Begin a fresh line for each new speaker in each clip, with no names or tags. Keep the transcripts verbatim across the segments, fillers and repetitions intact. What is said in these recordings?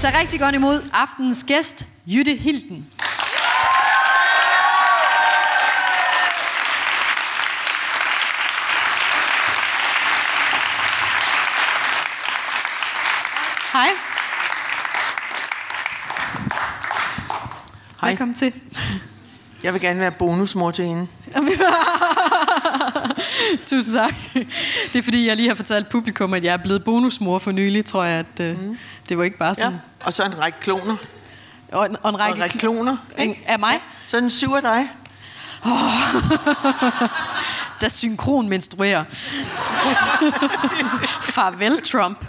tage rigtig godt imod aftenens gæst, Jytte Hilden. Hej.
Hej.
Velkommen til.
Jeg vil gerne være bonusmor til hende.
Tusind tak. Det er fordi, jeg lige har fortalt publikum, at jeg er blevet bonusmor for nylig, tror jeg, at uh, mm. det var ikke bare sådan.
Ja. Og så en række kloner.
Og en, og en række,
og række kloner.
En, af mig? Ja.
Så en syv af dig.
Oh. Der synkron menstruerer. Farvel, Trump.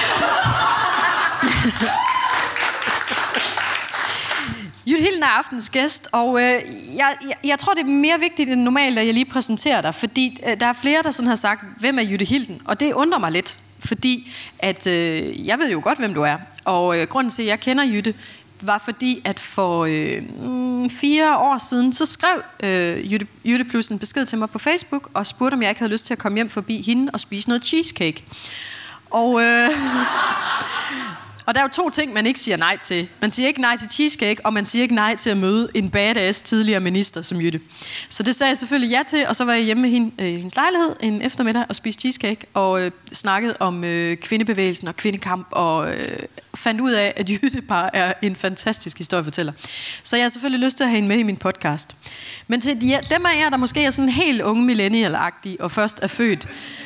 Jytte Hilden er aftens gæst, og øh, jeg, jeg, jeg tror, det er mere vigtigt end normalt, at jeg lige præsenterer dig, fordi øh, der er flere, der sådan har sagt, hvem er Jytte Hilden? Og det undrer mig lidt, fordi at, øh, jeg ved jo godt, hvem du er, og øh, grunden til, at jeg kender Jytte, var fordi, at for øh, fire år siden, så skrev øh, Jytte, Jytte Plus en besked til mig på Facebook, og spurgte, om jeg ikke havde lyst til at komme hjem forbi hende og spise noget cheesecake. Og... Øh, Og der er jo to ting, man ikke siger nej til. Man siger ikke nej til cheesecake, og man siger ikke nej til at møde en badass tidligere minister som Jytte. Så det sagde jeg selvfølgelig ja til, og så var jeg hjemme i hende, øh, hendes lejlighed en eftermiddag og spiste cheesecake, og øh, snakkede om øh, kvindebevægelsen og kvindekamp, og øh, fandt ud af, at Jytte bare er en fantastisk historiefortæller. Så jeg har selvfølgelig lyst til at have hende med i min podcast. Men til de, dem af jer, der måske er sådan helt unge millennial-agtige, og først er født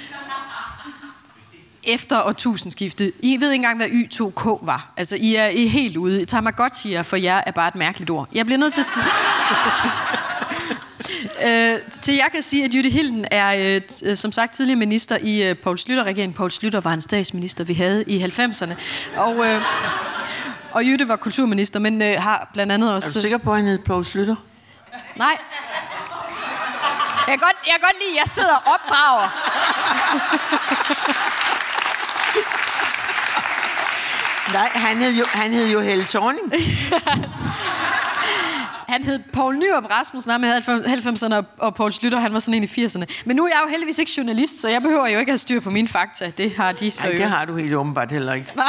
efter årtusindskiftet. I ved ikke engang, hvad Y to K var. Altså, I er, I er helt ude. Tamagotchi for jer er bare et mærkeligt ord. Jeg bliver nødt til at sige... øh, til jeg kan sige, at Jytte Hilden er, øh, som sagt, tidligere minister i øh, Poul Schlüter-regeringen. Poul Schlüter var en statsminister, vi havde i halvfemserne. Og, øh, og Jytte var kulturminister, men øh, har blandt andet også...
Er du sikker på, at han hed Poul Schlüter?
Nej. Jeg kan godt, jeg kan godt lide, at jeg sidder og opdrager.
Nej, han hed jo, han hed jo Helle Thorning.
Han hed Poul Nyrup Rasmussen, han havde halvfemserne, og Poul Schlüter, han var sådan en i firserne. Men nu er jeg jo heldigvis ikke journalist, så jeg behøver jo ikke at have styr på mine fakta. Det har de så.
Nej, det har du helt åbenbart heller ikke.
Nej.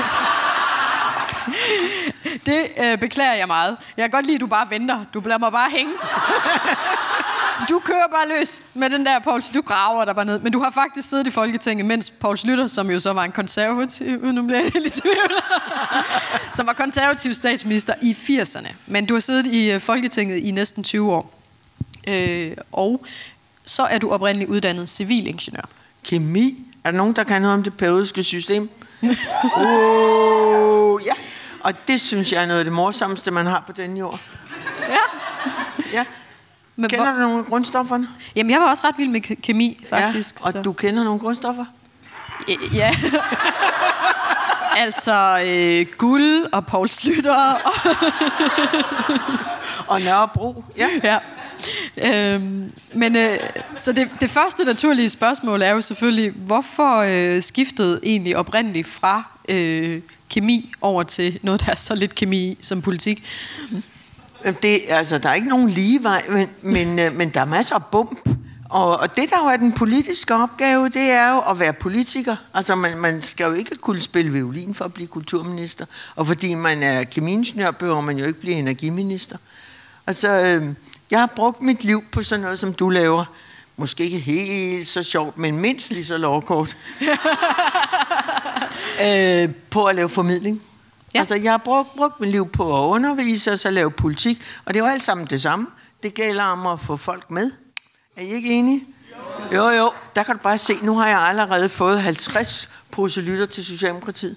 Det øh, beklager jeg meget. Jeg kan godt lide, at du bare venter. Du lader mig bare hænge. Du kører bare løs med den der, Poul. Du graver der bare ned. Men du har faktisk siddet i Folketinget, mens Poul Schlüter, som jo så var en konservativ, nu bliver jeg lidt tvivl, som var konservativ statsminister i firserne. Men du har siddet i Folketinget i næsten tyve år. Øh, og så er du oprindeligt uddannet civilingeniør.
Kemi? Er der nogen, der kan noget om det periodiske system? uh, ja. Og det synes jeg er noget af det morsomste, man har på denne jord.
Ja.
Ja. Men kender hvor... du nogle grundstofferne?
Jamen, jeg var også ret vild med ke- kemi, faktisk.
Ja, og så. Du kender nogle grundstoffer?
Ja. Altså, øh, guld og Poul Schlüter. Og,
og Nørrebro, ja.
Ja. Øhm, men øh, så det, det første naturlige spørgsmål er jo selvfølgelig, hvorfor øh, skiftede egentlig oprindeligt fra øh, kemi over til noget, der er så lidt kemi som politik?
Det, altså, der er ikke nogen lige vej, men, men, men der er masser af bump. Og, og det, der jo er den politiske opgave, det er jo at være politiker. Altså, man, man skal jo ikke kunne spille violin for at blive kulturminister. Og fordi man er kemiingeniør, behøver man jo ikke blive energiminister. Altså, øh, jeg har brugt mit liv på sådan noget, som du laver. Måske ikke helt så sjovt, men mindst lige så lovkort. øh, på at lave formidling. Ja. Altså, jeg har brugt, brugt mit liv på at undervise og så lave politik, og det er jo alt sammen det samme. Det gælder om at få folk med. Er I ikke enige? Jo, jo. Der kan du bare se, nu har jeg allerede fået halvtreds proselytter til Socialdemokratiet.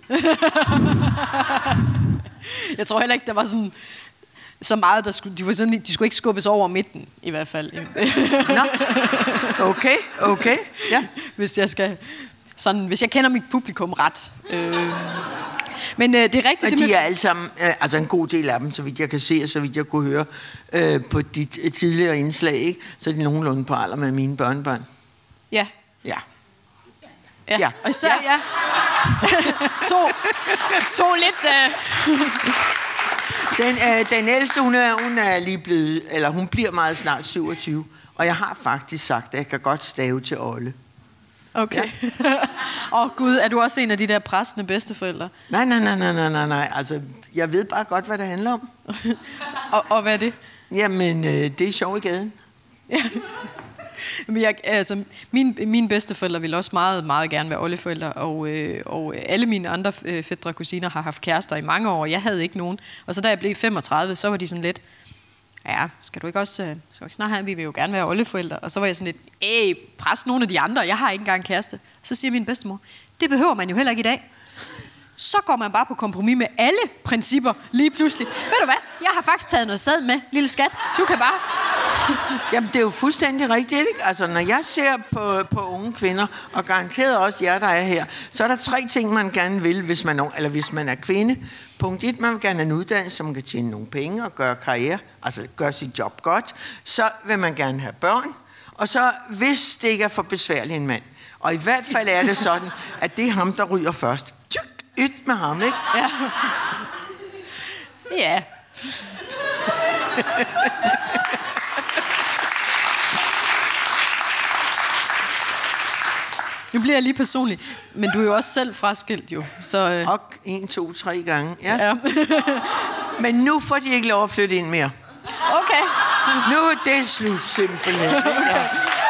Jeg tror heller ikke, der var sådan så meget, der skulle, de, var sådan, de skulle ikke skubbes over midten, i hvert fald.
Nå, okay, okay, ja.
Hvis jeg skal, sådan, hvis jeg kender mit publikum ret. Øh. Men øh, det er rigtigt.
Og de er alle sammen, øh, altså en god del af dem, så vidt jeg kan se, og så vidt jeg kunne høre øh, på dit øh, tidligere indslag, ikke? Så er de nogenlunde på alder med mine børnebørn.
Ja.
Ja.
Ja,
ja.
og især
ja, ja.
to, to lidt... Øh.
Den, øh, den ældste, hun er, hun er lige blevet, eller hun bliver meget snart syvogtyve, og jeg har faktisk sagt, at jeg kan godt stave til Olle.
Okay. Ja. Åh oh, Gud, er du også en af de der præstende bedsteforældre?
Nej, nej, nej, nej, nej, nej, nej. Altså, jeg ved bare godt, hvad det handler om.
og, og hvad er det?
Jamen, øh, det er sjov i gaden.
Ja. Men jeg, altså, min, mine bedsteforældre ville også meget, meget gerne være oldeforældre, og, øh, og alle mine andre øh, fætre og kusiner har haft kærester i mange år. Jeg havde ikke nogen. Og så da jeg blev femogtredive, så var de sådan lidt, ja, skal du ikke også, øh, skal du ikke snart have, vi vil jo gerne være oldeforældre. Og så var jeg sådan lidt, æh, pres nogle af de andre, jeg har ikke engang kæreste. Så siger min bedstemor, det behøver man jo heller ikke i dag. Så går man bare på kompromis med alle principper lige pludselig. Ved du hvad, jeg har faktisk taget noget sæd med, lille skat. Du kan bare...
Jamen, det er jo fuldstændig rigtigt, ikke? Altså, når jeg ser på, på unge kvinder, og garanteret også jer, der er her, så er der tre ting, man gerne vil, hvis man, eller hvis man er kvinde. Punkt et, man vil gerne have en uddannelse, så man kan tjene nogle penge og gøre karriere, altså gøre sit job godt. Så vil man gerne have børn, og så, hvis det ikke er for besværligt en mand, og i hvert fald er det sådan, at det er ham, der ryger først. Tjuk, yt med ham, ikke?
Ja. Ja. Nu bliver jeg lige personlig, men du er jo også selv fraskilt jo, så... Øh...
Og en, to, tre gange, ja.
ja.
Men nu får de ikke lov at flytte ind mere.
Okay.
Nu er det slut simpelthen. Ja.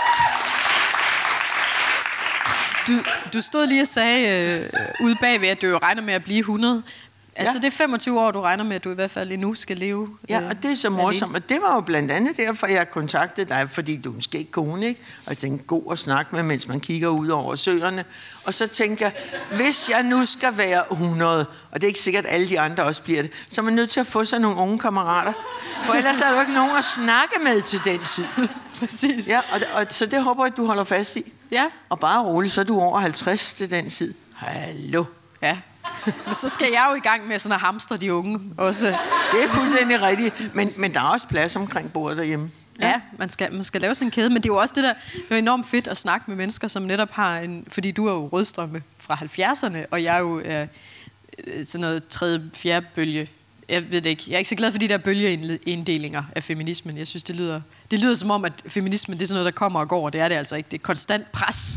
Du, du stod lige og sagde øh, ude bagved, at du jo regner med at blive hundrede. Altså,
ja.
det er femogtyve år, du regner med, at du i hvert fald endnu skal leve.
Ja, og det er så morsomt. Og det var jo blandt andet derfor, jeg kontaktede dig, fordi du er en skæg kone, ikke? Og jeg tænkte, god at snakke med, mens man kigger ud over søerne. Og så tænker jeg, hvis jeg nu skal være hundrede, og det er ikke sikkert, at alle de andre også bliver det, så er man nødt til at få sig nogle unge kammerater. For ellers er der jo ikke nogen at snakke med til den tid.
Præcis.
Ja, og, og så det håber jeg, at du holder fast i.
Ja.
Og bare roligt, så er du over halvtreds til den tid. Hallo.
Ja. Men så skal jeg jo i gang med sådan at hamstre de unge også.
Det er fuldstændig rigtigt, men, men der er også plads omkring bordet derhjemme.
Ja, ja man, skal, man skal lave sådan en kæde, men det er jo også det der, det er enormt fedt at snakke med mennesker, som netop har en, fordi du er jo rødstrømme fra halvfjerdserne, og jeg er jo er, sådan noget tredje, fjerde bølge. Jeg ved det ikke. Jeg er ikke så glad for de der bølgeinddelinger af feminismen. Jeg synes, det lyder, det lyder som om, at feminismen det er sådan noget, der kommer og går, og det er det altså ikke. Det er konstant pres.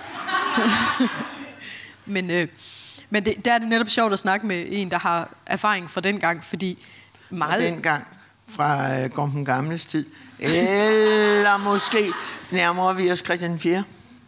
men... Øh, Men det, der er det netop sjovt at snakke med en, der har erfaring fra den gang, fordi meget...
Fra den gang, fra øh, Gormpen Gamles tid. Eller måske nærmere vi os Christian den fjerde.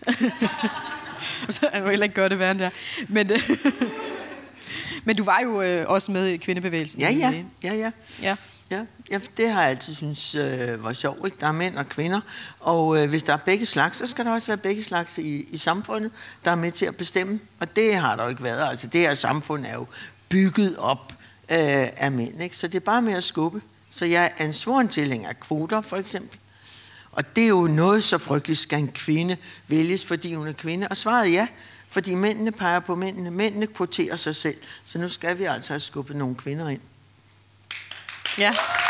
Så jeg vil heller ikke gøre det værre end der. Men, øh, men du var jo øh, også med i kvindebevægelsen.
Ja, ja. ja, ja.
ja.
Ja, ja, det har jeg altid synes øh, var sjovt, ikke? Der er mænd og kvinder, og øh, hvis der er begge slags, så skal der også være begge slags i, i samfundet, der er med til at bestemme, og det har der jo ikke været. Altså det her samfund er jo bygget op øh, af mænd, ikke? Så det er bare med at skubbe. Så jeg er en svoren tilhænger af kvoter, for eksempel. Og det er jo noget så frygteligt, skal en kvinde vælges, fordi hun er kvinde? Og svaret er ja, fordi mændene peger på mændene. Mændene kvoterer sig selv, så nu skal vi altså have skubbet nogle kvinder ind.
Ja.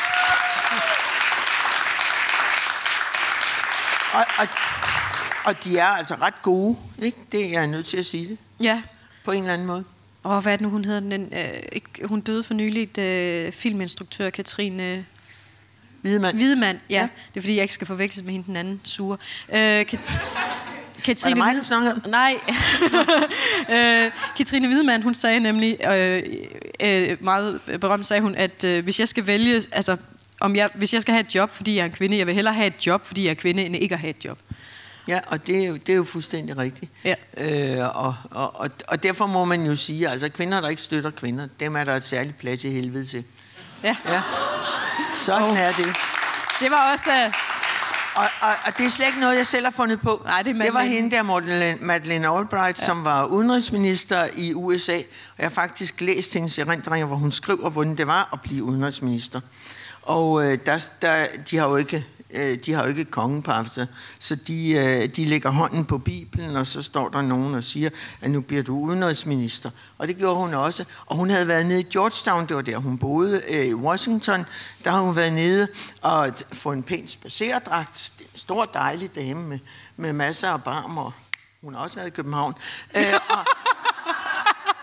Og, og, og de er altså ret gode, ikke? Det er jeg nødt til at sige det.
Ja.
På en eller anden måde.
Og hvad er det nu, hun hedder? Den, øh, hun døde for nyligt, øh, filminstruktør Katrine...
Hvidemand.
Hvidemand, ja. ja. Det er fordi, jeg ikke skal forveksles med hende den anden sure. Øh, Kat- Katrine
Var det mig, du snakkede om?
Nej. øh, Katrine Hvidemand, hun sagde nemlig, øh, øh, meget berømt sagde hun, at øh, hvis jeg skal vælge, altså, om jeg, hvis jeg skal have et job, fordi jeg er en kvinde, jeg vil hellere have et job, fordi jeg er kvinde, end ikke at have et job.
Ja, og det er jo, det er jo fuldstændig rigtigt.
Ja.
Øh, og, og, og, og derfor må man jo sige, altså kvinder, der ikke støtter kvinder, dem er der et særligt plads i helvede til.
Ja.
Ja. Sådan oh. er det.
Det var også... Øh
Og, og, og det er slet ikke noget, jeg selv har fundet på.
Nej, det,
det var hende der, Madeleine, Madeleine Albright, ja. som var udenrigsminister i U S A. Og jeg har faktisk læst hendes erindringer, hvor hun skriver, hvordan det var at blive udenrigsminister. Og øh, der, der, de har jo ikke... De har jo ikke kongepafser, så de, de lægger hånden på Bibelen, og så står der nogen og siger, at nu bliver du udenrigsminister. Og det gjorde hun også. Og hun havde været nede i Georgetown, det var der hun boede, i Washington. Der har hun været nede og fået en pæn spacerdragt. En stor dejlig dame med, med masser af barm, og hun har også været i København. øh, og,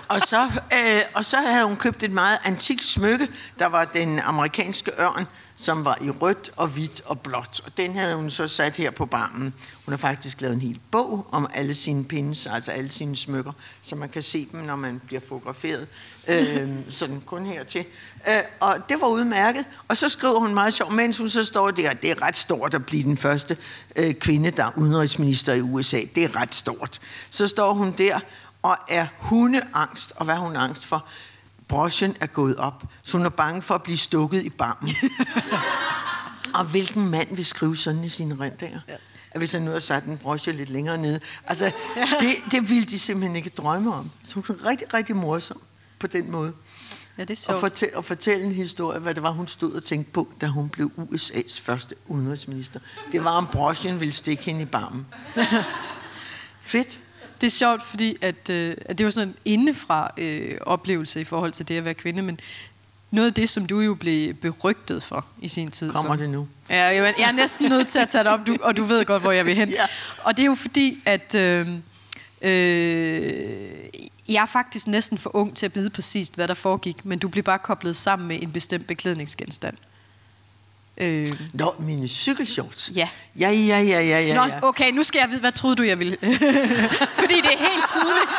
og, så, øh, og så havde hun købt et meget antikt smykke, der var den amerikanske ørn, som var i rødt og hvidt og blåt. Og den havde hun så sat her på barmen. Hun har faktisk lavet en hel bog om alle sine pins, altså alle sine smykker, så man kan se dem, når man bliver fotograferet. Øh, sådan kun hertil. Øh, og det var udmærket. Og så skriver hun meget sjovt, mens hun så står der, det er ret stort at blive den første øh, kvinde, der er udenrigsminister i U S A. Det er ret stort. Så står hun der og er hundeangst. Og hvad er hun angst for? Brochen er gået op, så hun er bange for at blive stukket i barmen. Og hvilken mand vil skrive sådan i sine rendringer? Ja. At hvis han nu har sat en broche lidt længere nede. Altså, det, det ville de simpelthen ikke drømme om. Så hun er rigtig, rigtig morsom på den måde.
Ja, det er sjovt.
Og, fortæ- og fortælle en historie, hvad det var, hun stod og tænkte på, da hun blev U S A's første udenrigsminister. Det var, om brochen ville stikke hende i barmen. Fedt.
Det er sjovt, fordi at, øh, at det var sådan en indefra øh, oplevelse i forhold til det at være kvinde, men noget af det, som du jo blev berygtet for i sin tid.
Kommer
så,
det nu?
Ja, jeg, jeg er næsten nødt til at tage det op, du, og du ved godt, hvor jeg vil hen.
Ja.
Og det er jo fordi, at øh, øh, jeg er faktisk næsten for ung til at vide præcist, hvad der foregik, men du blev bare koblet sammen med en bestemt beklædningsgenstand.
Øh. Nå, mine cykelshorts.
Ja.
Ja, ja, ja, ja, ja.
Nå, okay, nu skal jeg vide, hvad troede du, jeg ville? Fordi det er helt tydeligt.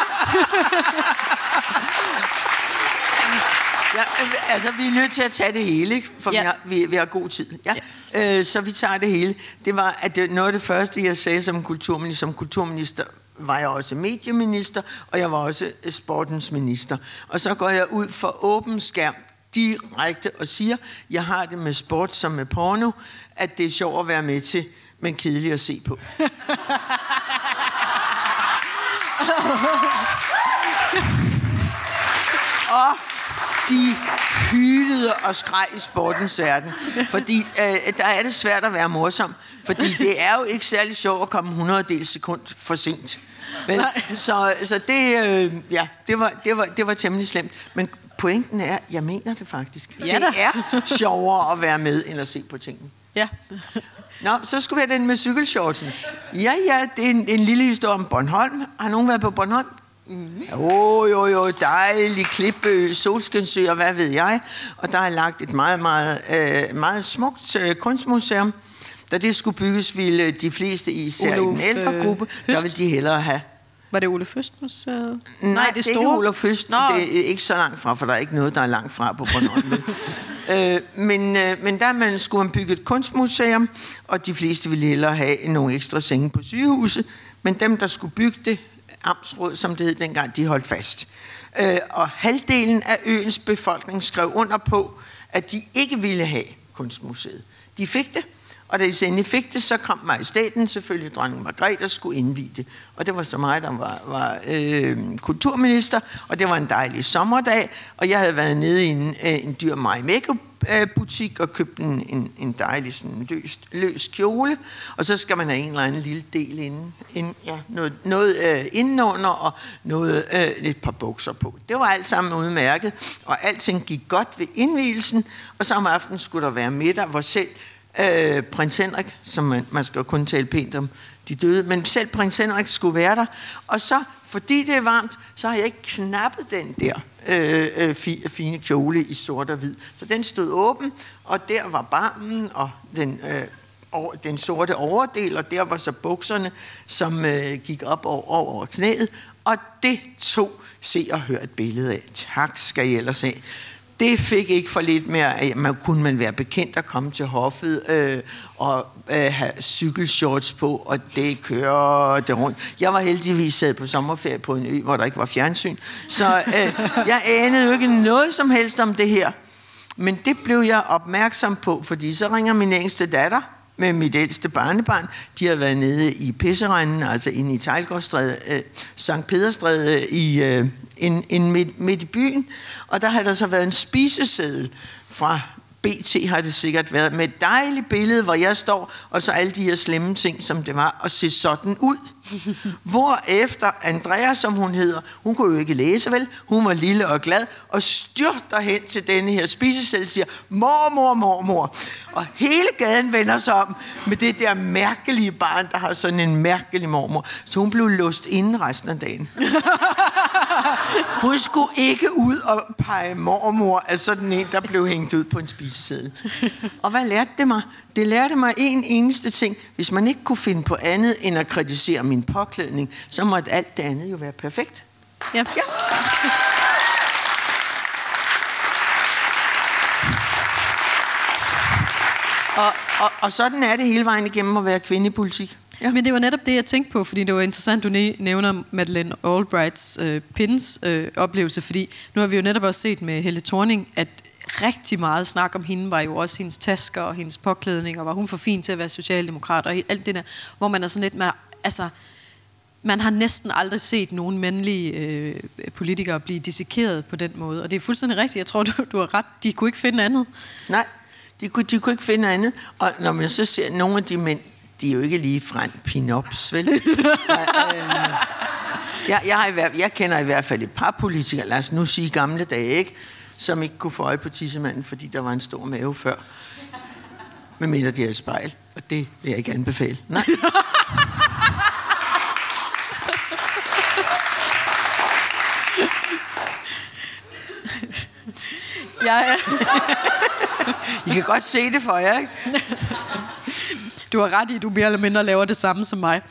Ja, altså, vi er nødt til at tage det hele, ikke? For ja. vi, har, vi, vi har god tid. Ja. Ja. Øh, så vi tager det hele. Det var at det, noget af det første, jeg sagde som kulturminister. Som kulturminister var jeg også medieminister, og jeg var også sportens minister. Og så går jeg ud for åben skærm direkte og siger, jeg har det med sport som med porno, at det er sjovt at være med til, men kedeligt at se på. Og de hylede og skreg i sportens verden, fordi øh, der er det svært at være morsom, fordi det er jo ikke særlig sjovt at komme hundrede del sekund for sent. Men, så så det, øh, ja, det, var, det, var, det var temmelig slemt. Men pointen er, jeg mener det faktisk.
Ja,
det er sjovere at være med, end at se på tingene.
Ja.
Nå, så skulle vi have den med cykelshortsen. Ja, ja, det er en, en lille historie om Bornholm. Har nogen været på Bornholm? Mm-hmm. Jo, jo, jo, dejlig klippe, solskinsø og hvad ved jeg. Og der er lagt et meget, meget, øh, meget smukt øh, kunstmuseum. Da det skulle bygges, ville de fleste, især i den ældre gruppe, øh, der ville de hellere have.
Var det Ole Føst Museet?
Nej, Nej, det er ikke Ole Føst. Det er ikke så langt fra, for der er ikke noget, der er langt fra på Bornholm. øh, men, øh, men der man, skulle man bygge et kunstmuseum, og de fleste ville hellere have nogle ekstra senge på sygehuset. Men dem, der skulle bygge det, Amtsråd, som det hed dengang, de holdt fast. Øh, og halvdelen af øens befolkning skrev under på, at de ikke ville have kunstmuseet. De fik det, og da de endelig fik det, så kom majestæten, selvfølgelig dronning Margrethe, skulle indvie det. Og det var så mig, der var, var øh, kulturminister, og det var en dejlig sommerdag, og jeg havde været nede i en, øh, en dyr Mary Makeup-butik og købt en, en, en dejlig sådan løs, løs kjole, og så skal man have en eller anden lille del inden, inden ja, noget, noget øh, indenunder og noget, øh, et par bukser på. Det var alt sammen udmærket, og alting gik godt ved indvielsen, og så om aftenen skulle der være middag, hvor selv Øh, prins Henrik, som man, man skal jo kun tale pænt om de døde, men selv prins Henrik skulle være der. Og så, fordi det er varmt, så har jeg ikke knappet den der øh, øh, fi, fine kjole i sort og hvid. Så den stod åben, og der var barmen og den, øh, over, den sorte overdel, og der var så bukserne, som øh, gik op over, over knæet. Og det tog Se og Hør et billede af. Tak skal I ellers have. Det fik ikke for lidt mere, at man kunne man være bekendt at komme til hoffet øh, og øh, have cykelshorts på, og det kører det rundt. Jeg var heldigvis sad på sommerferie på en ø, hvor der ikke var fjernsyn, så øh, jeg anede jo ikke noget som helst om det her. Men det blev jeg opmærksom på, fordi så ringer min yngste datter med mit ældste barnebarn. De har været nede i Pisserenden, altså inde i Teglgårdstræde, øh, Sankt Pederstræde i øh, in, in midt, midt i byen. Og der har der så været en spiseseddel fra B T har det sikkert været, med et dejligt billede, hvor jeg står, og så alle de her slemme ting, som det var, og se sådan ud. Hvorefter Andrea, som hun hedder, hun kunne jo ikke læse, vel? Hun var lille og glad, og styrter hen til denne her spisesæl og siger, mormor, mormor. Og hele gaden vender sig om med det der mærkelige barn, der har sådan en mærkelig mormor. Så hun blev låst inde resten af dagen. Hun skulle ikke ud og pege mormor af sådan en, der blev hængt ud på en spiseseddel. Og hvad lærte det mig? Det lærte mig en eneste ting. Hvis man ikke kunne finde på andet end at kritisere min påklædning, så måtte alt det andet jo være perfekt.
Ja. Ja.
Og, og, og sådan er det hele vejen igennem at være kvinde i politik.
Ja. Men det var netop det, jeg tænkte på, fordi det var interessant, du nævner Madeleine Albrights øh, pins øh, oplevelse, fordi nu har vi jo netop også set med Helle Thorning, at rigtig meget snak om hende var jo også hendes tasker og hendes påklædning, og var hun for fin til at være socialdemokrat, og alt det der, hvor man er sådan lidt, man, altså, man har næsten aldrig set nogen mandlige øh, politikere blive dissekeret på den måde, og det er fuldstændig rigtigt, jeg tror, du, du har ret, de kunne ikke finde andet.
Nej, de kunne, de kunne ikke finde andet, og når man så ser nogle af de mænd, de er jo ikke lige frem pin-ups, vel? ja, øh, jeg, jeg, har i hvert, jeg kender i hvert fald et par politikere, lad os nu sige gamle dage, ikke? Som ikke kunne få øje på tissemanden, fordi der var en stor mave før. Med mindre de er i spejl, og det vil jeg ikke anbefale. Nej.
Ja, ja.
I kan godt se det for jer, ikke?
Du har ret i, at du mere eller mindre laver det samme som mig.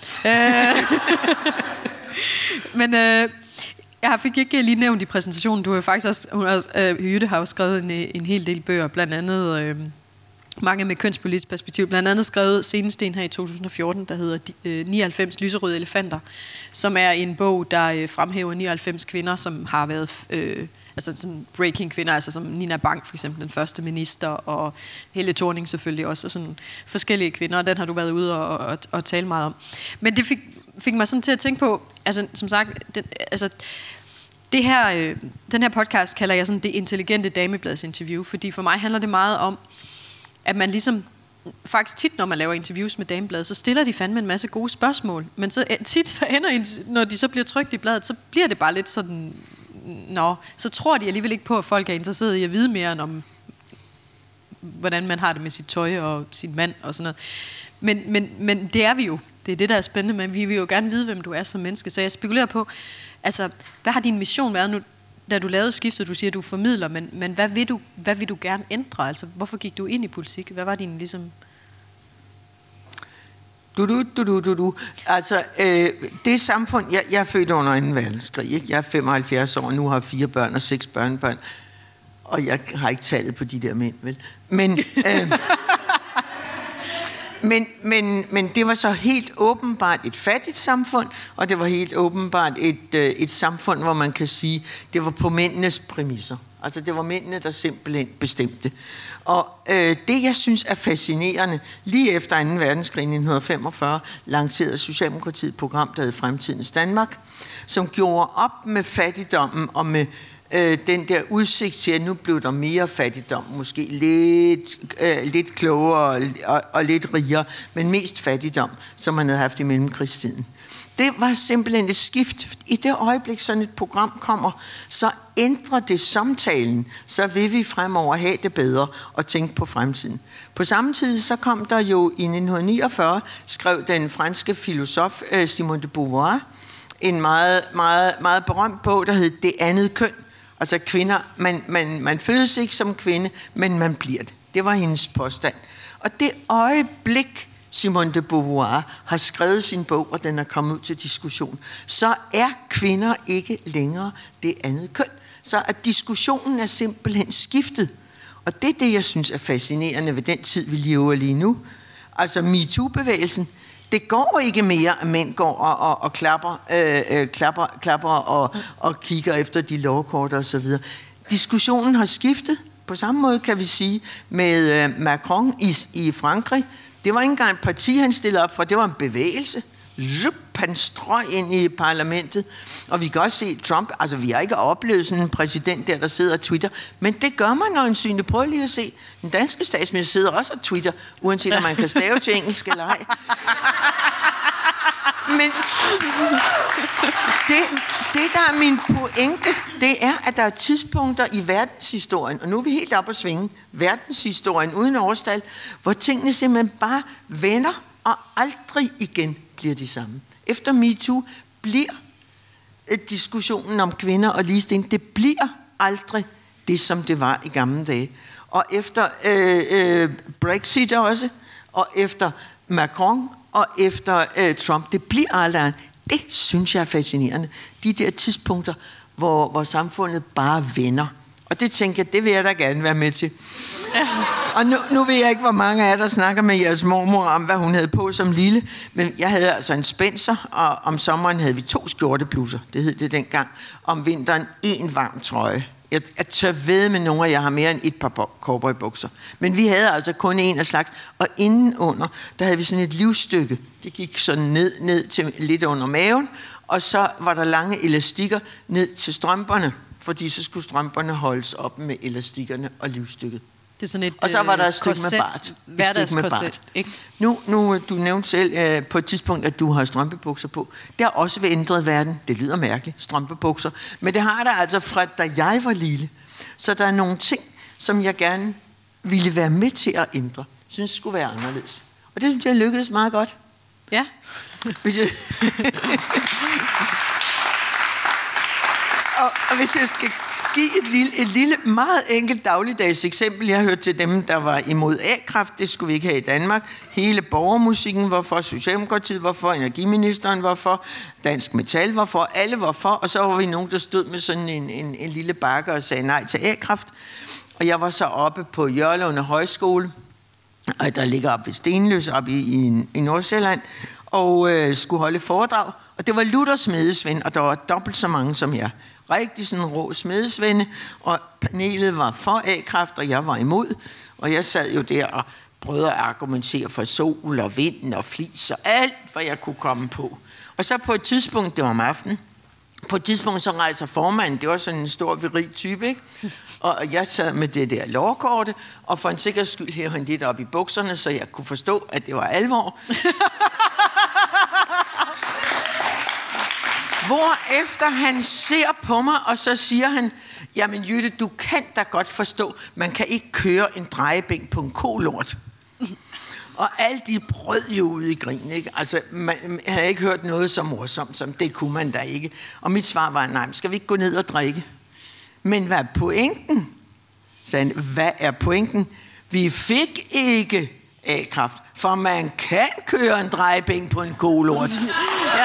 Men øh, jeg fik ikke lige nævnt i præsentationen, du har faktisk også, hun har, øh, Jytte har jo skrevet en, en hel del bøger, blandt andet øh, mange med kønspolitisk perspektiv, blandt andet skrevet senest en her i to tusind og fjorten, der hedder øh, nioghalvfems lyserøde elefanter, som er en bog, der øh, fremhæver nioghalvfems kvinder, som har været... Øh, altså sådan breaking kvinder, altså som Nina Bang for eksempel, den første minister, og Helle Thorning selvfølgelig også, og sådan forskellige kvinder, og den har du været ude og, og, og tale meget om. Men det fik, fik mig sådan til at tænke på, altså som sagt, det, altså, det her, øh, den her podcast kalder jeg sådan det intelligente damebladsinterview, fordi for mig handler det meget om, at man ligesom, faktisk tit, når man laver interviews med Damebladet, så stiller de fandme en masse gode spørgsmål, men så tit, så ender, når de så bliver trykt i bladet, så bliver det bare lidt sådan... Nå, så tror de alligevel ikke på, at folk er interesseret i at vide mere end om, hvordan man har det med sit tøj og sin mand og sådan noget. Men, men, men det er vi jo. Det er det, der er spændende, men vi vil jo gerne vide, hvem du er som menneske. Så jeg spekulerer på, altså, hvad har din mission været nu, da du lavede skiftet? Du siger, at du formidler, men, men hvad, vil du, hvad vil du gerne ændre? Altså, hvorfor gik du ind i politik? Hvad var din ligesom...
Du, du, du, du, du, du. Altså, øh, det samfund... Jeg, jeg er født under anden verdenskrig, ikke? Jeg er femoghalvfjerds år, nu har fire børn og seks børnebørn. Og jeg har ikke tallet på de der mænd, vel? Men, øh, men, men, men det var så helt åbenbart et fattigt samfund, og det var helt åbenbart et, øh, et samfund, hvor man kan sige, det var på mændenes præmisser. Altså, det var mændene, der simpelthen bestemte. Og øh, det, jeg synes er fascinerende, lige efter anden verdenskrig i nitten femogfyrre, lancerede Socialdemokratiet et program, der hed Fremtidens Danmark, som gjorde op med fattigdommen og med øh, den der udsigt til, at nu blev der mere fattigdom, måske lidt, øh, lidt klogere og, og, og lidt rigere, men mest fattigdom, som man havde haft i mellemkrigstiden. Det var simpelthen et skift. I det øjeblik, sådan et program kommer, så ændrer det samtalen, så vil vi fremover have det bedre og tænke på fremtiden. På samme tid, så kom der jo i nitten niogfyrre, skrev den franske filosof Simone de Beauvoir en meget, meget, meget berømt bog, der hed Det andet køn. Altså kvinder, man, man, man fødes ikke som kvinde, men man bliver det. Det var hendes påstand. Og det øjeblik, Simone de Beauvoir har skrevet sin bog, og den er kommet ud til diskussion, så er kvinder ikke længere det andet køn. Så at diskussionen er simpelthen skiftet. Og det er det, jeg synes er fascinerende ved den tid, vi lever lige nu. Altså MeToo-bevægelsen, det går ikke mere, at mænd går og, og, og klapper, øh, øh, klapper, klapper og, og kigger efter de lovkort og så videre. Diskussionen har skiftet. På samme måde kan vi sige med øh, Macron i, i Frankrig. Det var ikke engang et parti, han stillede op for, det var en bevægelse. Zup, han strøg ind i parlamentet. Og vi kan også se Trump, altså vi har ikke oplevet sådan en præsident der, der sidder og twitter, men det gør man øjensynligt. Prøv lige at se. Den danske statsminister sidder også og twitter, uanset om man kan stave til engelsk eller ej. Men det, det, der er min pointe, det er, at der er tidspunkter i verdenshistorien, og nu er vi helt oppe at svinge, verdenshistorien uden årstal, hvor tingene simpelthen bare vender, og aldrig igen bliver de samme. Efter MeToo bliver diskussionen om kvinder og ligestilling, det bliver aldrig det, som det var i gamle dage. Og efter øh, øh, Brexit også, og efter Macron, og efter øh, Trump, det bliver aldrig. Det synes jeg er fascinerende. De der tidspunkter, hvor, hvor samfundet bare vender. Og det tænker jeg, det vil jeg da gerne være med til. Og nu, nu ved jeg ikke, hvor mange af jer, der snakker med jeres mormor om, hvad hun havde på som lille. Men jeg havde altså en Spencer, og om sommeren havde vi to skjorteblusser. Det hed det dengang. Om vinteren en varm trøje. Jeg, jeg tør ved med nogle af jer har mere end et par cowboybukser. Men vi havde altså kun en af slags. Og indenunder, der havde vi sådan et livsstykke. Det gik sådan ned, ned til lidt under maven. Og så var der lange elastikker ned til strømperne. Fordi så skulle strømperne holdes op med elastikkerne og livsstykket.
Det er sådan et,
og så var der et stykke
korset,
med bart.
Hverdagskorset, ikke?
Nu, nu, du nævnte selv øh, på et tidspunkt, at du har strømpebukser på. Det har også ved ændret verden. Det lyder mærkeligt, strømpebukser. Men det har der altså fra, da jeg var lille. Så der er nogle ting, som jeg gerne ville være med til at ændre. Synes skulle være anderledes. Og det synes jeg lykkedes meget godt.
Ja.
Hvis jeg... og, og hvis jeg skal give et lille, et lille, meget enkelt dagligdags eksempel. Jeg hørte til dem, der var imod A-kraft. Det skulle vi ikke have i Danmark. Hele borgermusikken var for, Socialdemokratiet var for, energiministeren var for, Dansk Metal var for, alle var for. Og så var vi nogen, der stod med sådan en, en, en lille bakke og sagde nej til A-kraft. Og jeg var så oppe på Jørlunde Højskole, og der ligger op ved Stenløs, op i, i, i Nordsjælland, og øh, skulle holde foredrag. Og det var Luther smedesvend, og der var dobbelt så mange som jeg. Rigtig sådan en rå smedesvende, og panelet var for A-kraft, og jeg var imod. Og jeg sad jo der og prøvede at argumentere for sol og vind og flis og alt, hvad jeg kunne komme på. Og så på et tidspunkt, det var om aftenen, på et tidspunkt så rejser formanden, det var sådan en stor, virig type, ikke? Og jeg sad med det der lovkorte, og for en sikkerheds skyld hævde han lidt op i bukserne, så jeg kunne forstå, at det var alvor. Hvorefter han ser på mig, og så siger han, jamen Jytte, du kan da godt forstå, man kan ikke køre en drejebænk på en kolort. Og alle de brød jo ud i grin, ikke? Altså, man havde ikke hørt noget så morsomt, som det kunne man da ikke. Og mit svar var, nej, skal vi ikke gå ned og drikke? Men hvad er pointen? Så han, hvad er pointen? Vi fik ikke A-kraft, for man kan køre en drejebænk på en kolort. Ja.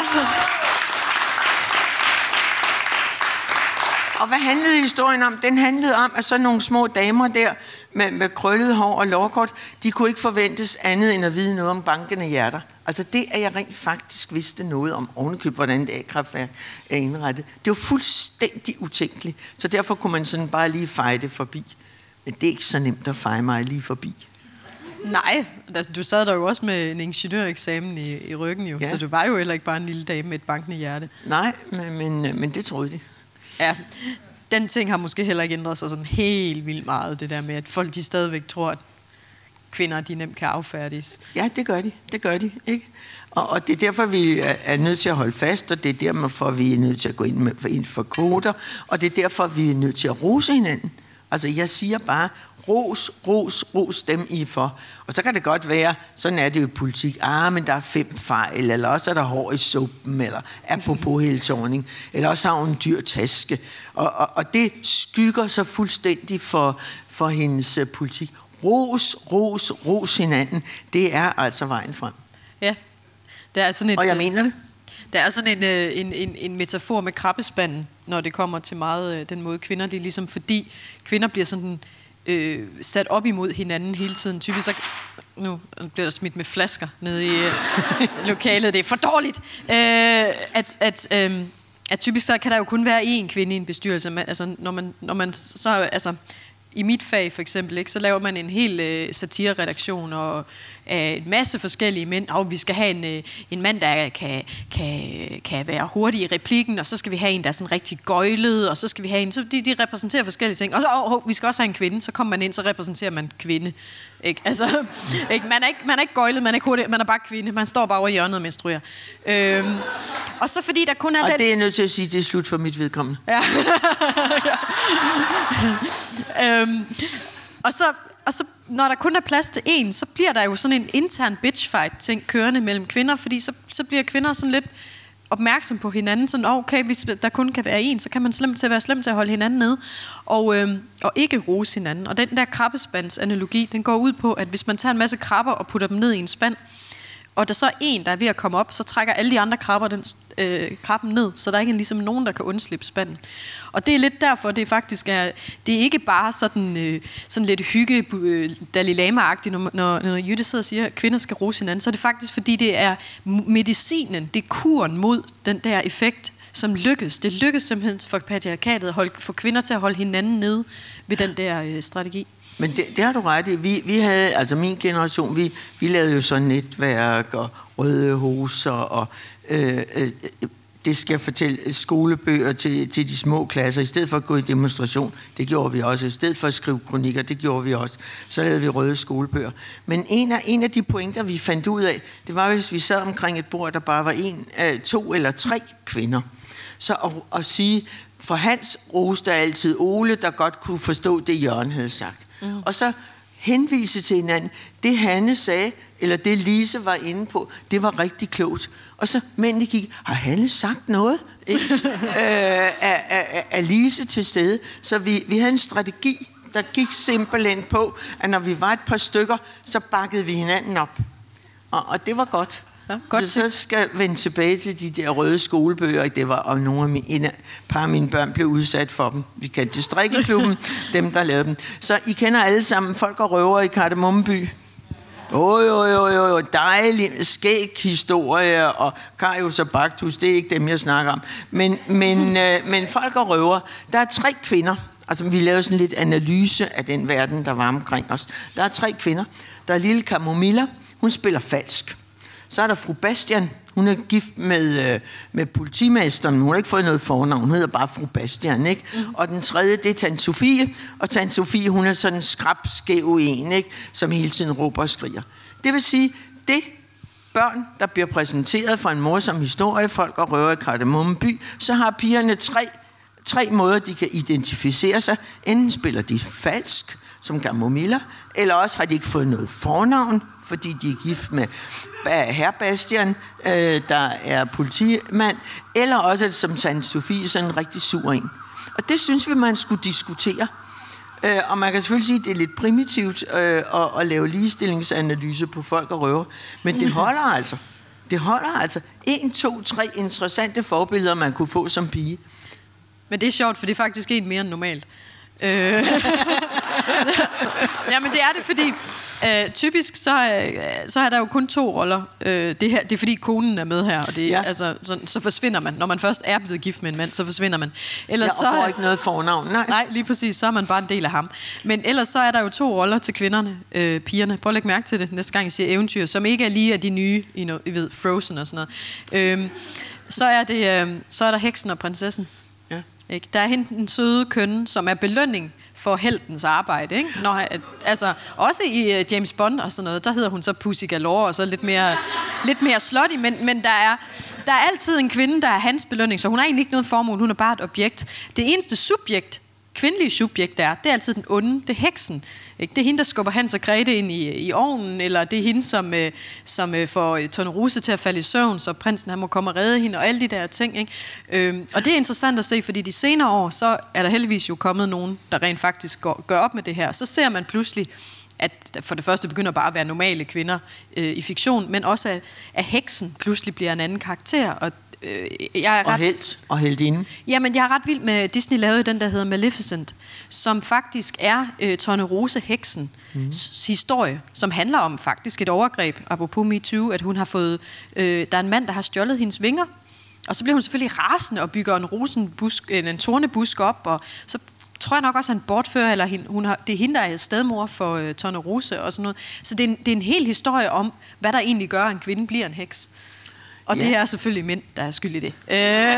Og hvad handlede historien om? Den handlede om, at så nogle små damer der med, med krøllet hår og lårkort, de kunne ikke forventes andet end at vide noget om bankende hjerter. Altså det, at jeg rent faktisk vidste noget om ovenikøb, hvordan et A-kraftværk er indrettet. Det var fuldstændig utænkeligt. Så derfor kunne man sådan bare lige feje det forbi. Men det er ikke så nemt at feje mig lige forbi.
Nej, du sad der jo også med en ingeniøreksamen i, i ryggen jo, ja. Så du var jo heller ikke bare en lille dame med et bankende hjerte.
Nej, men, men, men det troede de.
Ja, den ting har måske heller ikke ændret sig sådan helt vildt meget, det der med, at folk de stadigvæk tror, at kvinder de nemt kan affærdiges.
Ja, det gør de, det gør de, ikke? Og, og det er derfor, vi er, er nødt til at holde fast, og det er derfor, vi er nødt til at gå ind, med, ind for kvoter, og det er derfor, vi er nødt til at rose hinanden. Altså, jeg siger bare, ros, ros, ros dem I for. Og så kan det godt være, sådan er det jo i politik, ah, men der er fem fejl, eller også er der hår i suppen, eller apropos hele tårning, eller også har hun en dyr taske. Og, og, og det skygger så fuldstændig for, for hendes uh, politik. Ros, ros, ros hinanden, det er altså vejen frem.
Ja, det er sådan et,
og jeg mener det.
Der er sådan en, en, en, en metafor med krabbespanden, når det kommer til meget den måde kvinder, det er ligesom fordi kvinder bliver sådan øh, sat op imod hinanden hele tiden. Typisk så, nu bliver der smidt med flasker nede i øh, lokalet, det er for dårligt. Øh, at, at, øh, at typisk så kan der jo kun være én kvinde i en bestyrelse. Man, altså, når man, når man så, altså, i mit fag for eksempel, ikke, så laver man en hel øh, satireredaktion, og af en masse forskellige mænd. Og vi skal have en, en mand, der kan, kan, kan være hurtig i replikken, og så skal vi have en, der er sådan rigtig gøjlet, og så skal vi have en... Så de, de repræsenterer forskellige ting. Og så, oh, oh, vi skal også have en kvinde. Så kommer man ind, så repræsenterer man kvinde. Ikke? Altså, ikke? Man, er ikke, man er ikke gøjlet, man er ikke hurtig, man er bare kvinde. Man står bare over hjørnet og menstruerer. Øhm, og så fordi der kun er...
Og
den...
det er jeg nødt til at sige, det er slut for mit vedkommende.
Ja. øhm, og, så, og så, når der kun er plads til én, så bliver der jo sådan en intern bitchfight-ting kørende mellem kvinder, fordi så, så bliver kvinder sådan lidt opmærksom på hinanden, sådan, okay, hvis der kun kan være en, så kan man slemt til at være slemt til at holde hinanden nede, og, øhm, og ikke rose hinanden. Og den der krabbespandsanalogi, den går ud på, at hvis man tager en masse krabber og putter dem ned i en spand, og der så er en, der er ved at komme op, så trækker alle de andre krabber den, øh, krabben ned, så der er ikke ligesom nogen, der kan undslippe spanden. Og det er lidt derfor, det faktisk er, det er ikke bare sådan, øh, sådan lidt hygge, øh, Dalai Lama-agtigt, når, når, når Jytte sidder og siger, at kvinder skal rose hinanden, så er det faktisk, fordi det er medicinen, det er kuren mod den der effekt, som lykkes. Det lykkes simpelthen for patriarkatet at holde, for kvinder til at holde hinanden nede ved den der øh, strategi.
Men det, det har du ret i. Vi, vi havde, altså min generation, vi, vi lavede jo så netværk og røde hoser og øh, øh, det skal fortælle skolebøger til, til de små klasser, i stedet for at gå i demonstration. Det gjorde vi også. I stedet for at skrive kronikker, det gjorde vi også. Så lavede vi røde skolebøger. Men en af, en af de pointer, vi fandt ud af, det var, hvis vi sad omkring et bord, der bare var en, to eller tre kvinder. Så at, at sige, for Hans roste altid Ole, der godt kunne forstå det, Jørgen havde sagt. Mm. Og så henvise til hinanden. Det Hanne sagde, eller det Lise var inde på, det var rigtig klogt. Og så mændene gik, har Hanne sagt noget? Ikke? øh, er, er, er Lise til stede? Så vi, vi havde en strategi, der gik simpelthen på, at når vi var et par stykker, så bakkede vi hinanden op. Og, og det var godt. Ja, godt. Så, så skal jeg vende tilbage til de der røde skolebøger. Det var, og nogle af mine, en par af mine børn blev udsat for dem. Vi kaldte det strikkeklubben, dem der lavede dem. Så I kender alle sammen Folk og Røver i Kardemommeby. Jo, jo, jo, jo, jo, dejlig skæg historie, og Karius og Baktus, det er ikke dem, jeg snakker om. Men, men, øh, men Folk og Røver, der er tre kvinder. Altså, vi lavede sådan lidt analyse af den verden, der var omkring os. Der er tre kvinder. Der er lille Camomilla, hun spiller falsk. Så er der fru Bastian, hun er gift med, øh, med politimesteren, hun har ikke fået noget fornavn, hun hedder bare fru Bastian, ikke? Mm. Og den tredje, det er Tante Sofie, og Tante Sofie, hun er sådan en skrabskæv en, ikke? Som hele tiden råber og skriger. Det vil sige, det børn, der bliver præsenteret for en morsom historie, Folk og Røver i Kardemommeby, så har pigerne tre, tre måder, de kan identificere sig. Enten spiller de falsk, som Camomilla, eller også har de ikke fået noget fornavn, fordi de er gift med herr Bastian, øh, der er politimand, eller også som Tante Sofie, sådan en rigtig sur en. Og det synes vi, man skulle diskutere. Øh, og man kan selvfølgelig sige, at det er lidt primitivt øh, at, at lave ligestillingsanalyse på Folk og Røver, men det holder altså. Det holder altså. En, to, tre interessante forbilleder, man kunne få som pige.
Men det er sjovt, for det er faktisk en mere end normalt. Øh. Jamen det er det, fordi øh, typisk så, øh, så er der jo kun to roller. øh, det, her, det er fordi konen er med her, og det, ja. altså, så, så forsvinder man. Når man først er blevet gift med en mand, så forsvinder man. Ellers
ja, og får
så,
ikke noget fornavn. Nej.
nej, lige præcis, så er man bare en del af ham. Men ellers så er der jo to roller til kvinderne, øh, pigerne. Prøv at lægge mærke til det næste gang jeg siger eventyr, som ikke er lige af de nye, I, know, I ved, Frozen og sådan noget. øh, så, er det, øh, så er der heksen og prinsessen. Ja. Ikke? Der er hende den søde køn, som er belønning for heltens arbejde, ikke? Når, altså, også i uh, James Bond og sådan noget, der hedder hun så Pussy Galore, og så lidt mere, lidt mere slutty, men, men der, er, der er altid en kvinde, der er hans belønning, så hun har egentlig ikke noget formål, hun er bare et objekt. Det eneste subjekt, kvindelige subjekt, der er, det er altid den onde, det er heksen. Ikke? Det er hende, der skubber Hans og Grete ind i, i ovnen, eller det er hende, som, øh, som øh, får Tornerose til at falde i søvn, så prinsen han må komme og redde hende, og alle de der ting. Ikke? Øhm, og det er interessant at se, fordi de senere år, så er der heldigvis jo kommet nogen, der rent faktisk går, gør op med det her. Så ser man pludselig, at for det første begynder bare at være normale kvinder øh, i fiktion, men også at, at heksen pludselig bliver en anden karakter, og Jeg er ret,
og helt og heldinde.
Jamen, jeg er ret vild med Disney lavede den, der hedder Maleficent, som faktisk er øh, Tornerose heksen mm. historie, som handler om faktisk et overgreb, apropos MeToo, at hun har fået, øh, der er en mand, der har stjålet hendes vinger, og så bliver hun selvfølgelig rasende og bygger en rosenbusk, en tornebusk op, og så tror jeg nok også, han bortfører, eller hende, hun har, det er hende, der er stedmor for øh, Tornerose og sådan noget. Så det er, en, det er en hel historie om, hvad der egentlig gør, at en kvinde bliver en heks. Og ja. Det er selvfølgelig mænd, der er skyld i det. Øh.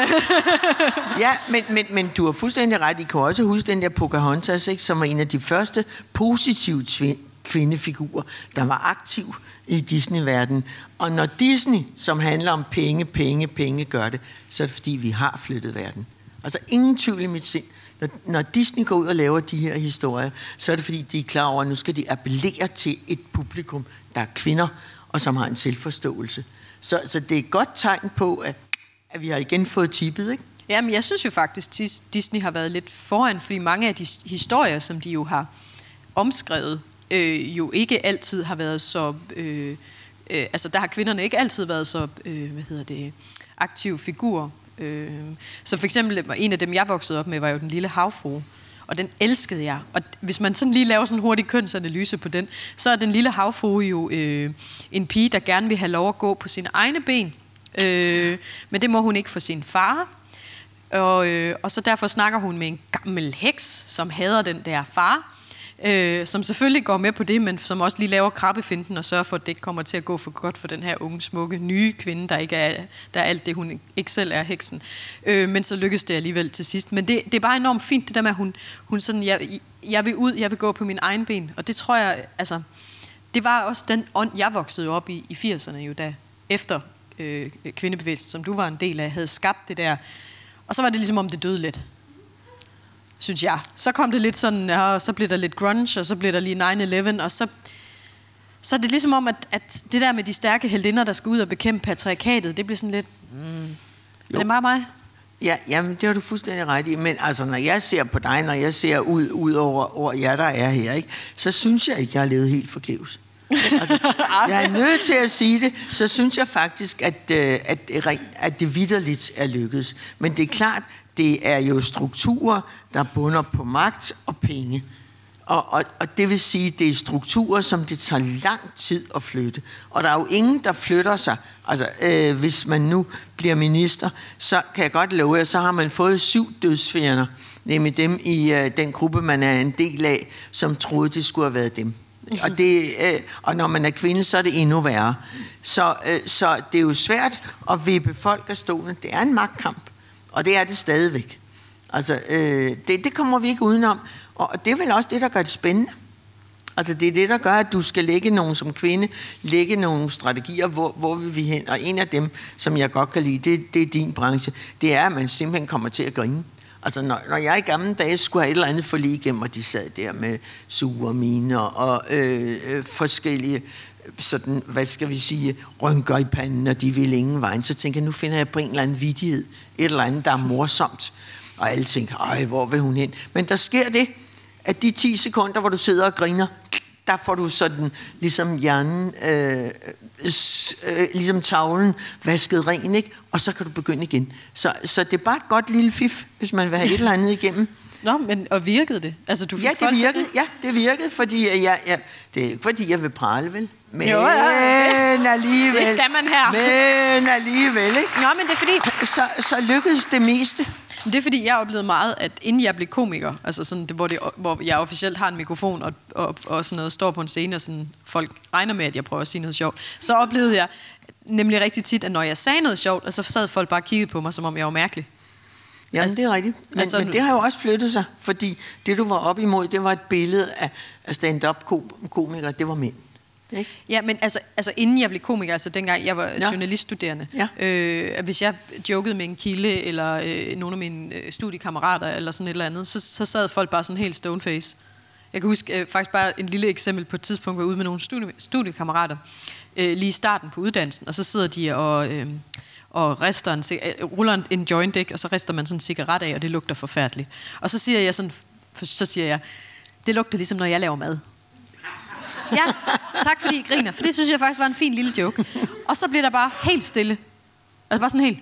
Ja, men, men, men du har fuldstændig ret. I kan også huske den der Pocahontas, ikke, som var en af de første positive tv- kvindefigurer, der var aktiv i Disney-verdenen. Og når Disney, som handler om penge, penge, penge, gør det, så er det fordi, vi har flyttet verden. Altså ingen tvivl i mit sind. Når, når Disney går ud og laver de her historier, så er det fordi, de er klar over, at nu skal de appellere til et publikum, der er kvinder, og som har en selvforståelse. Så, så det er et godt tegn på, at, at vi har igen fået tippet, ikke?
Jamen, jeg synes jo faktisk, at Disney har været lidt foran, fordi mange af de historier, som de jo har omskrevet, øh, jo ikke altid har været så... Øh, øh, altså, der har kvinderne ikke altid været så, øh, hvad hedder det, aktive figurer. Øh, så for eksempel, en af dem, jeg voksede op med, var jo Den Lille Havfrue. Og den elskede jeg. Og hvis man sådan lige laver sådan en hurtig kønsanalyse på den, så er Den Lille Havfrue jo øh, en pige, der gerne vil have lov at gå på sine egne ben. Øh, men det må hun ikke for sin far. Og, øh, og så derfor snakker hun med en gammel heks, som hader den der far. Øh, som selvfølgelig går med på det, men som også lige laver krabbefinten og sørger for, at det ikke kommer til at gå for godt for den her unge, smukke, nye kvinde, der ikke er, der er alt det, hun ikke selv er, heksen. Øh, men så lykkes det alligevel til sidst. Men det, det er bare enormt fint, det der med, at hun, hun sådan, jeg, jeg vil ud, jeg vil gå på min egen ben. Og det tror jeg, altså, det var også den ånd, jeg voksede op i i firserne jo, da efter øh, kvindebevægelsen, som du var en del af, havde skabt det der. Og så var det ligesom om det døde lidt. Synes jeg. Så kom det lidt sådan, ja, så blev der lidt grunge, og så blev der lige nine eleven, og så, så er det ligesom om, at, at det der med de stærke heldinder, der skal ud og bekæmpe patriarkatet, det bliver sådan lidt, mm, er det bare mig?
Ja, jamen, det har du fuldstændig ret i, men altså, når jeg ser på dig, når jeg ser ud, ud over, over jer, der er her, ikke, så synes jeg ikke, jeg har levet helt forgæves. Altså, jeg er nødt til at sige det, så synes jeg faktisk, at, at, at det vitterligt er lykkedes. Men det er klart, det er jo strukturer, der bunder på magt og penge. Og, og, og det vil sige, det er strukturer, som det tager lang tid at flytte. Og der er jo ingen, der flytter sig. Altså, øh, hvis man nu bliver minister, så kan jeg godt love jer, så har man fået syv dødsfjender. Nemlig dem i øh, den gruppe, man er en del af, som troede, det skulle have været dem. Og, det, øh, og når man er kvinde, så er det endnu værre. Så, øh, så det er jo svært at vippe folk af stolen. Det er en magtkamp. Og det er det stadigvæk. Altså, øh, det, det kommer vi ikke udenom. Og det er vel også det, der gør det spændende. Altså, det er det, der gør, at du skal lægge nogle som kvinde, lægge nogle strategier, hvor, hvor vil vi hen. Og en af dem, som jeg godt kan lide, det, det er din branche, det er, at man simpelthen kommer til at grine. Altså, når, når jeg i gamle dage skulle have et eller andet forlig igennem, og de sad der med sure miner og øh, øh, forskellige sådan, hvad skal vi sige, rynker i panden, og de vil ingen vejen, så tænker jeg, nu finder jeg på en eller anden vittighed, et eller andet, der er morsomt. Og alle tænker, ej, hvor vil hun hen? Men der sker det, at de ti sekunder, hvor du sidder og griner, der får du sådan, ligesom hjernen, øh, øh, ligesom tavlen, vasket ren, ikke? Og så kan du begynde igen. Så, så det er bare et godt lille fif, hvis man vil have et eller andet igennem.
Nå, men og virkede det? Altså, du fik
ja, det virkede, det? ja, det virkede, fordi jeg, jeg, det er ikke fordi, jeg vil prale, vel? Men
jo, ja, ja.
alligevel.
Det skal man her.
Men alligevel, ikke?
Nå, men det er fordi...
Så, så lykkedes det meste.
Det er fordi, jeg oplevede meget, at inden jeg blev komiker, altså sådan, det, hvor, det, hvor jeg officielt har en mikrofon og, og, og sådan noget, står på en scene, og sådan, folk regner med, at jeg prøver at sige noget sjovt, så oplevede jeg nemlig rigtig tit, at når jeg sagde noget sjovt, så sad folk bare og kiggede på mig, som om jeg var mærkelig.
Ja, altså, det er rigtigt. Men, altså, men det har jo også flyttet sig, fordi det, du var op imod, det var et billede af, af stand-up-komikere, det var mænd. Ikke?
Ja, men altså, altså inden jeg blev komiker, altså dengang jeg var
ja. journaliststuderende,
ja. øh, hvis jeg jokede med en kilde, eller øh, nogle af mine øh, studiekammerater, eller sådan et eller andet, så, så sad folk bare sådan helt stoneface. Jeg kan huske øh, faktisk bare en lille eksempel på et tidspunkt, hvor jeg var ude med nogle studie, studiekammerater, øh, lige i starten på uddannelsen, og så sidder de og... Øh, og rester en, ruller en joint, ikke? Og så rester man sådan en cigaret af, og det lugter forfærdeligt. Og så siger jeg sådan, så siger jeg, det lugter ligesom, når jeg laver mad. Ja, tak fordi I griner, for det synes jeg faktisk var en fin lille joke. Og så bliver der bare helt stille. Altså bare sådan helt...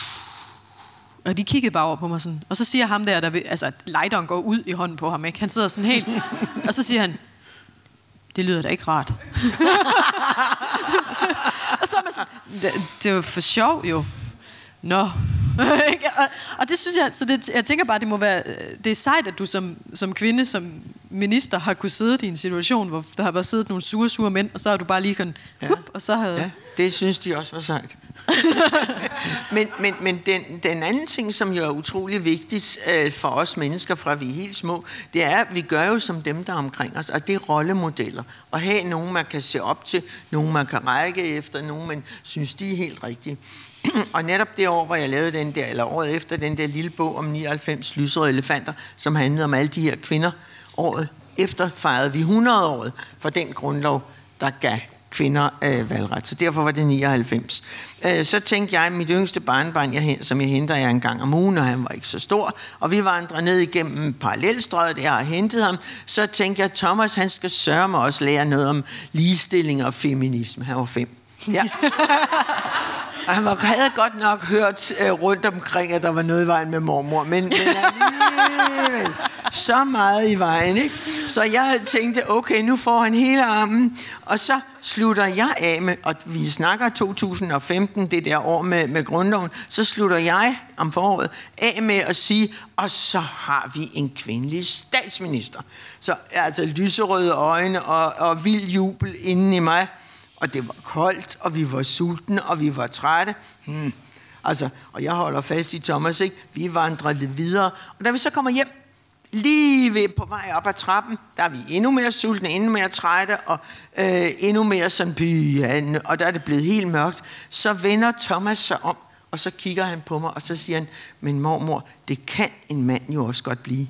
Og de kiggede bare over på mig sådan. Og så siger ham der, der vil, altså lighteren går ud i hånden på ham, ikke? Han sidder sådan helt... Og så siger han, det lyder da ikke rart. Og så er man sådan, det, det var for sjov jo. Nå, og, og det synes jeg, så det, jeg tænker bare, det må være, det er sejt, at du som, som kvinde, som minister, har kunne sidde i en situation, hvor der har bare siddet nogle sure, sure mænd, og så har du bare lige kunnet, ja. Hup, og så havde...
Ja, det synes de også var sejt. men men, men den, den anden ting, som jo er utrolig vigtigt øh, for os mennesker, fra vi er helt små, det er, at vi gør jo som dem, der er omkring os, og det er rollemodeller. Og have nogen, man kan se op til, nogen, man kan række efter, nogen, man synes, de er helt rigtige. Og netop det år, hvor jeg lavede den der, eller året efter den der lille bog om nioghalvfems lysere elefanter, som handlede om alle de her kvinder, året efter fejrede vi hundrede-året for den grundlov, der gav kvinder øh, valgret. Så derfor var det nioghalvfems. Øh, så tænkte jeg, mit yngste barnebarn, jeg, som jeg henter jer en gang om ugen, og han var ikke så stor, og vi vandrede ned igennem parallelstrøget, der har hentet ham, så tænkte jeg, Thomas, han skal sørge mig også lære noget om ligestilling og feminisme. Han var fem. Ja. Og han var, havde godt nok hørt øh, rundt omkring, at der var noget i vejen med mormor, men, men alligevel så meget i vejen, ikke? Så jeg tænkte, okay, nu får han hele armen, og så slutter jeg af med, og vi snakker to tusind og femten, det der år med, med grundloven, så slutter jeg om foråret af med at sige, og så har vi en kvindelig statsminister. Så altså lyserøde øjne og, og vild jubel inden i mig. Og det var koldt, og vi var sultne, og vi var trætte. Hmm. Altså, og jeg holder fast i Thomas, ikke? Vi vandrer lidt videre. Og da vi så kommer hjem, lige ved på vej op ad trappen, der er vi endnu mere sultne, endnu mere trætte, og øh, endnu mere sådan by, og der er det blevet helt mørkt. Så vender Thomas sig om, og så kigger han på mig, og så siger han, men mormor, det kan en mand jo også godt blive.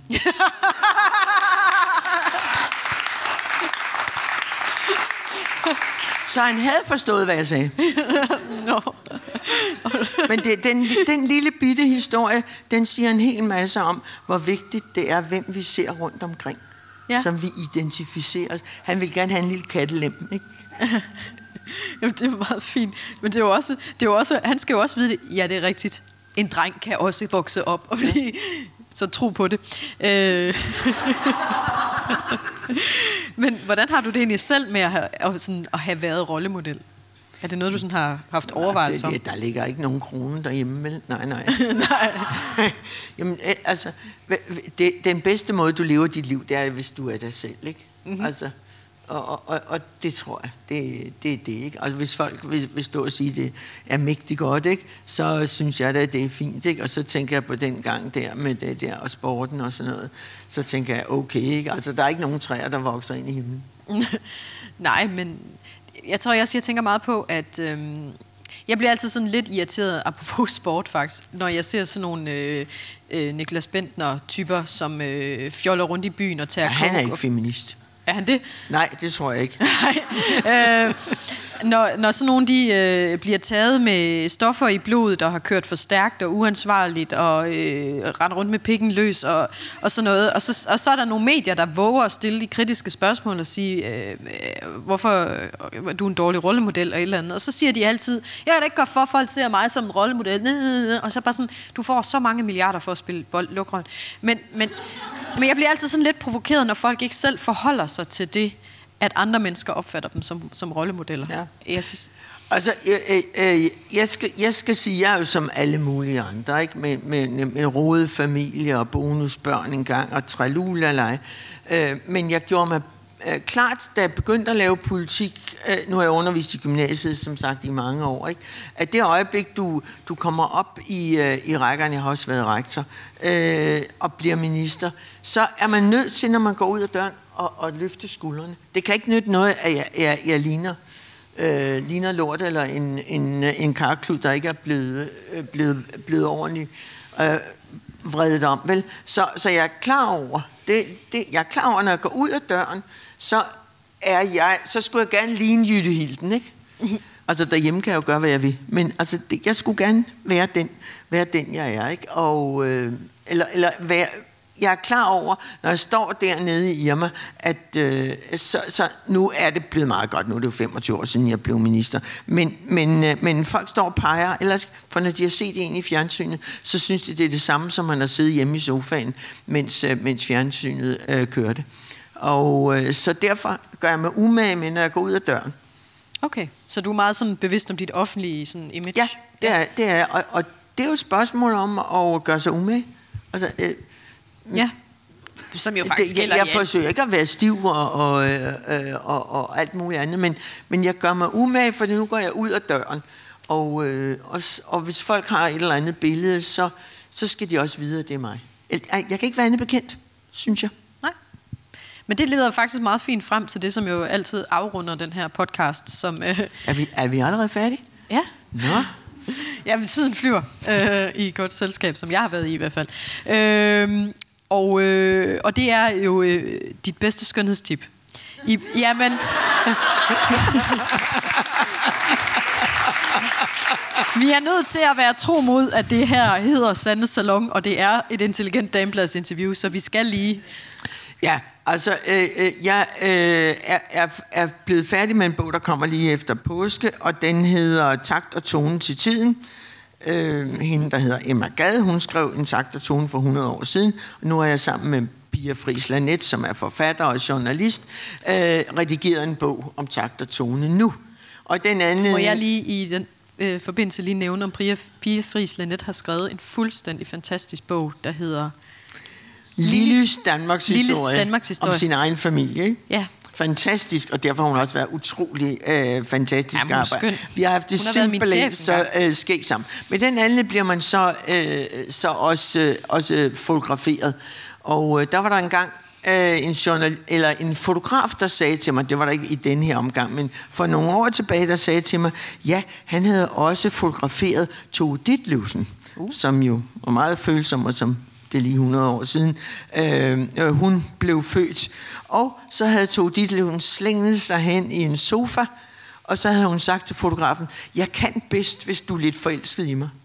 Så han havde forstået, hvad jeg sagde.
No.
Men det, den, den lille bitte historie, den siger en hel masse om, hvor vigtigt det er, hvem vi ser rundt omkring. Ja. Som vi identificerer os. Han vil gerne have en lille kattelem, ikke?
Jamen, det er meget fint. Men det er jo også, det er jo også, han skal jo også vide det. Ja, det er rigtigt. En dreng kan også vokse op og blive... Så tro på det. Øh. Men hvordan har du det egentlig selv med at have, at sådan, at have været rollemodel? Er det noget, du sådan har haft overvejelser om?
Det, det, der ligger ikke nogen krone derhjemme, vel? Nej, nej.
nej.
Jamen, altså, det, den bedste måde, du lever dit liv, det er, hvis du er dig selv, ikke? Mm-hmm. Altså, og, og, og det tror jeg, det, det er det, ikke? Altså, hvis folk vil, vil stå og sige, det er mægtigt godt, ikke? Så synes jeg da, at det er fint, ikke? Og så tænker jeg på den gang der med det der og sporten og sådan noget. Så tænker jeg, okay, ikke? Altså, der er ikke nogen træer, der vokser ind i himlen.
Nej, men jeg tror, jeg, jeg tænker meget på, at øhm, jeg bliver altid sådan lidt irriteret, apropos sport faktisk, når jeg ser sådan nogle øh, øh, Niklas Bentner-typer, som øh, fjoller rundt i byen og tager
ja, han er ikke feminist.
Er han det?
Nej, det tror jeg ikke.
øh, når, når sådan nogle de, øh, bliver taget med stoffer i blodet, og har kørt for stærkt og uansvarligt, og øh, render rundt med pikken løs, og, og sådan noget. Og så, og så er der nogle medier, der våger at stille de kritiske spørgsmål og sige, øh, hvorfor er du en dårlig rollemodel, og et eller andet. Og så siger de altid, jeg kan da ikke gøre for, folk ser mig som en rollemodel. Og så bare sådan, du får så mange milliarder for at spille bold, lukrøn. Men... men Men jeg bliver altid sådan lidt provokeret, når folk ikke selv forholder sig til det, at andre mennesker opfatter dem som, som rollemodeller. Ja. Jeg synes...
Altså, jeg, jeg, jeg, skal, jeg skal sige, jeg er jo som alle mulige andre, ikke? Med, med, med en rodet familie og bonusbørn engang, og tralulalej. Men jeg gjorde mig klart, da jeg begyndte at lave politik, nu har jeg undervist i gymnasiet, som sagt, i mange år, ikke? At det øjeblik, du, du kommer op i, i rækkerne, jeg har også været rektor, øh, og bliver minister, så er man nødt til, når man går ud af døren, og, og løfte skuldrene. Det kan ikke nytte noget, at jeg, jeg, jeg ligner, øh, ligner lort, eller en, en, en karklud, der ikke er blevet, blevet, blevet ordentligt øh, vredet om, vel? Så, så jeg er klar over, det, det, jeg er klar over, når jeg går ud af døren, så er jeg, så skulle jeg gerne ligne Jytte Hilden, ikke? Altså derhjemme kan jeg jo gøre, hvad jeg vil, men altså, det, jeg skulle gerne være den, være den jeg er, ikke? Og, øh, eller, eller være, jeg er klar over, når jeg står dernede i Irma, at øh, så, så nu er det blevet meget godt, nu er det jo femogtyve år siden, jeg blev minister, men, men, øh, men folk står og peger, ellers, for når de har set en i fjernsynet, så synes de, det er det samme, som man har siddet hjemme i sofaen, mens, øh, mens fjernsynet øh, kørte. Og øh, så derfor gør jeg mig umage med, når jeg går ud af døren.
Okay, så du er meget sådan bevidst om dit offentlige sådan image?
Ja, det er, det er og, og det er jo et spørgsmål om at gøre sig umage. Altså, øh,
ja. Som jo faktisk
det, jeg,
gælder
jeg
i
forsøger ikke at være stiv og, og, øh, og, og alt muligt andet, men, men jeg gør mig umage, for nu går jeg ud af døren. Og, øh, og, og hvis folk har et eller andet billede, så, så skal de også vide, at det er mig. Jeg, jeg kan ikke være andet bekendt, synes jeg.
Nej. Men det leder faktisk meget fint frem til det, som jo altid afrunder den her podcast. Som, øh...
er, vi, er vi allerede færdige?
Ja.
Nå.
Ja, men tiden flyver øh, i et godt selskab, som jeg har været i i hvert fald. Øh, og, øh, og det er jo øh, dit bedste skønhedstip. I, jamen... Vi er nødt til at være tro mod, at det her hedder Sandes Salon, og det er et intelligent damebladsinterview, så vi skal lige...
Ja, altså, øh, øh, jeg øh, er, er, er blevet færdig med en bog, der kommer lige efter påske, og den hedder Takt og tone til tiden. Øh, hende, der hedder Emma Gad, hun skrev en takt og tone for hundrede år siden, og nu er jeg sammen med Pia Friis-Laneth, som er forfatter og journalist, øh, redigeret en bog om takt og tone nu. Og den anden...
Må jeg lige i den øh, forbindelse lige nævne, om Pia, Pia Friis-Laneth har skrevet en fuldstændig fantastisk bog, der hedder...
Lillys Danmarks historie,
Danmarks historie
om sin egen familie, ikke?
Ja.
Fantastisk, og derfor har hun også været utrolig øh, fantastisk
ja,
arbejde. Vi har haft det simpelthen så øh, skægt sammen. Med den anden bliver man så, øh, så også, øh, også fotograferet. Og øh, der var der engang øh, en, journal, eller en fotograf, der sagde til mig, det var der ikke i den her omgang, men for nogle år tilbage, der sagde til mig, ja, han havde også fotograferet Tove Ditlevsen, uh. som jo var meget følsom og som... det er lige hundrede år siden, øh, hun blev født. Og så havde Tove Ditlevsen slænget sig hen i en sofa, og så havde hun sagt til fotografen, jeg kan bedst, hvis du er lidt forelsket i mig.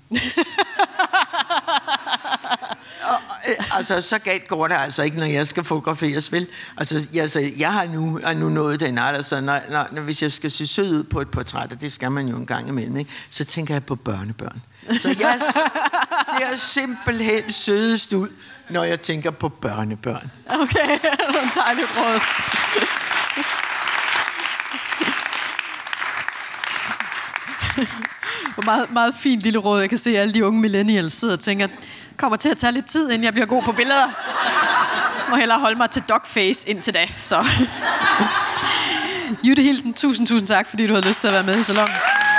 og, øh, altså, så galt går det altså ikke, når jeg skal fotograferes, vel? Altså, jeg, altså, jeg har nu, har nu nået den alder, så når, når, når, hvis jeg skal se sød ud på et portræt, og det skal man jo en gang imellem, ikke? Så tænker jeg på børnebørn. Så jeg ser simpelthen sødest ud, når jeg tænker på børnebørn.
Okay, det er en dejlig råd. Hvor meget, meget fint lille råd. Jeg kan se, at alle de unge millennials sidder og tænker, kommer til at tage lidt tid, inden jeg bliver god på billeder. Må hellere holde mig til dogface indtil da. Så. Jytte Hilden, tusind, tusind tak, fordi du havde lyst til at være med i salonen.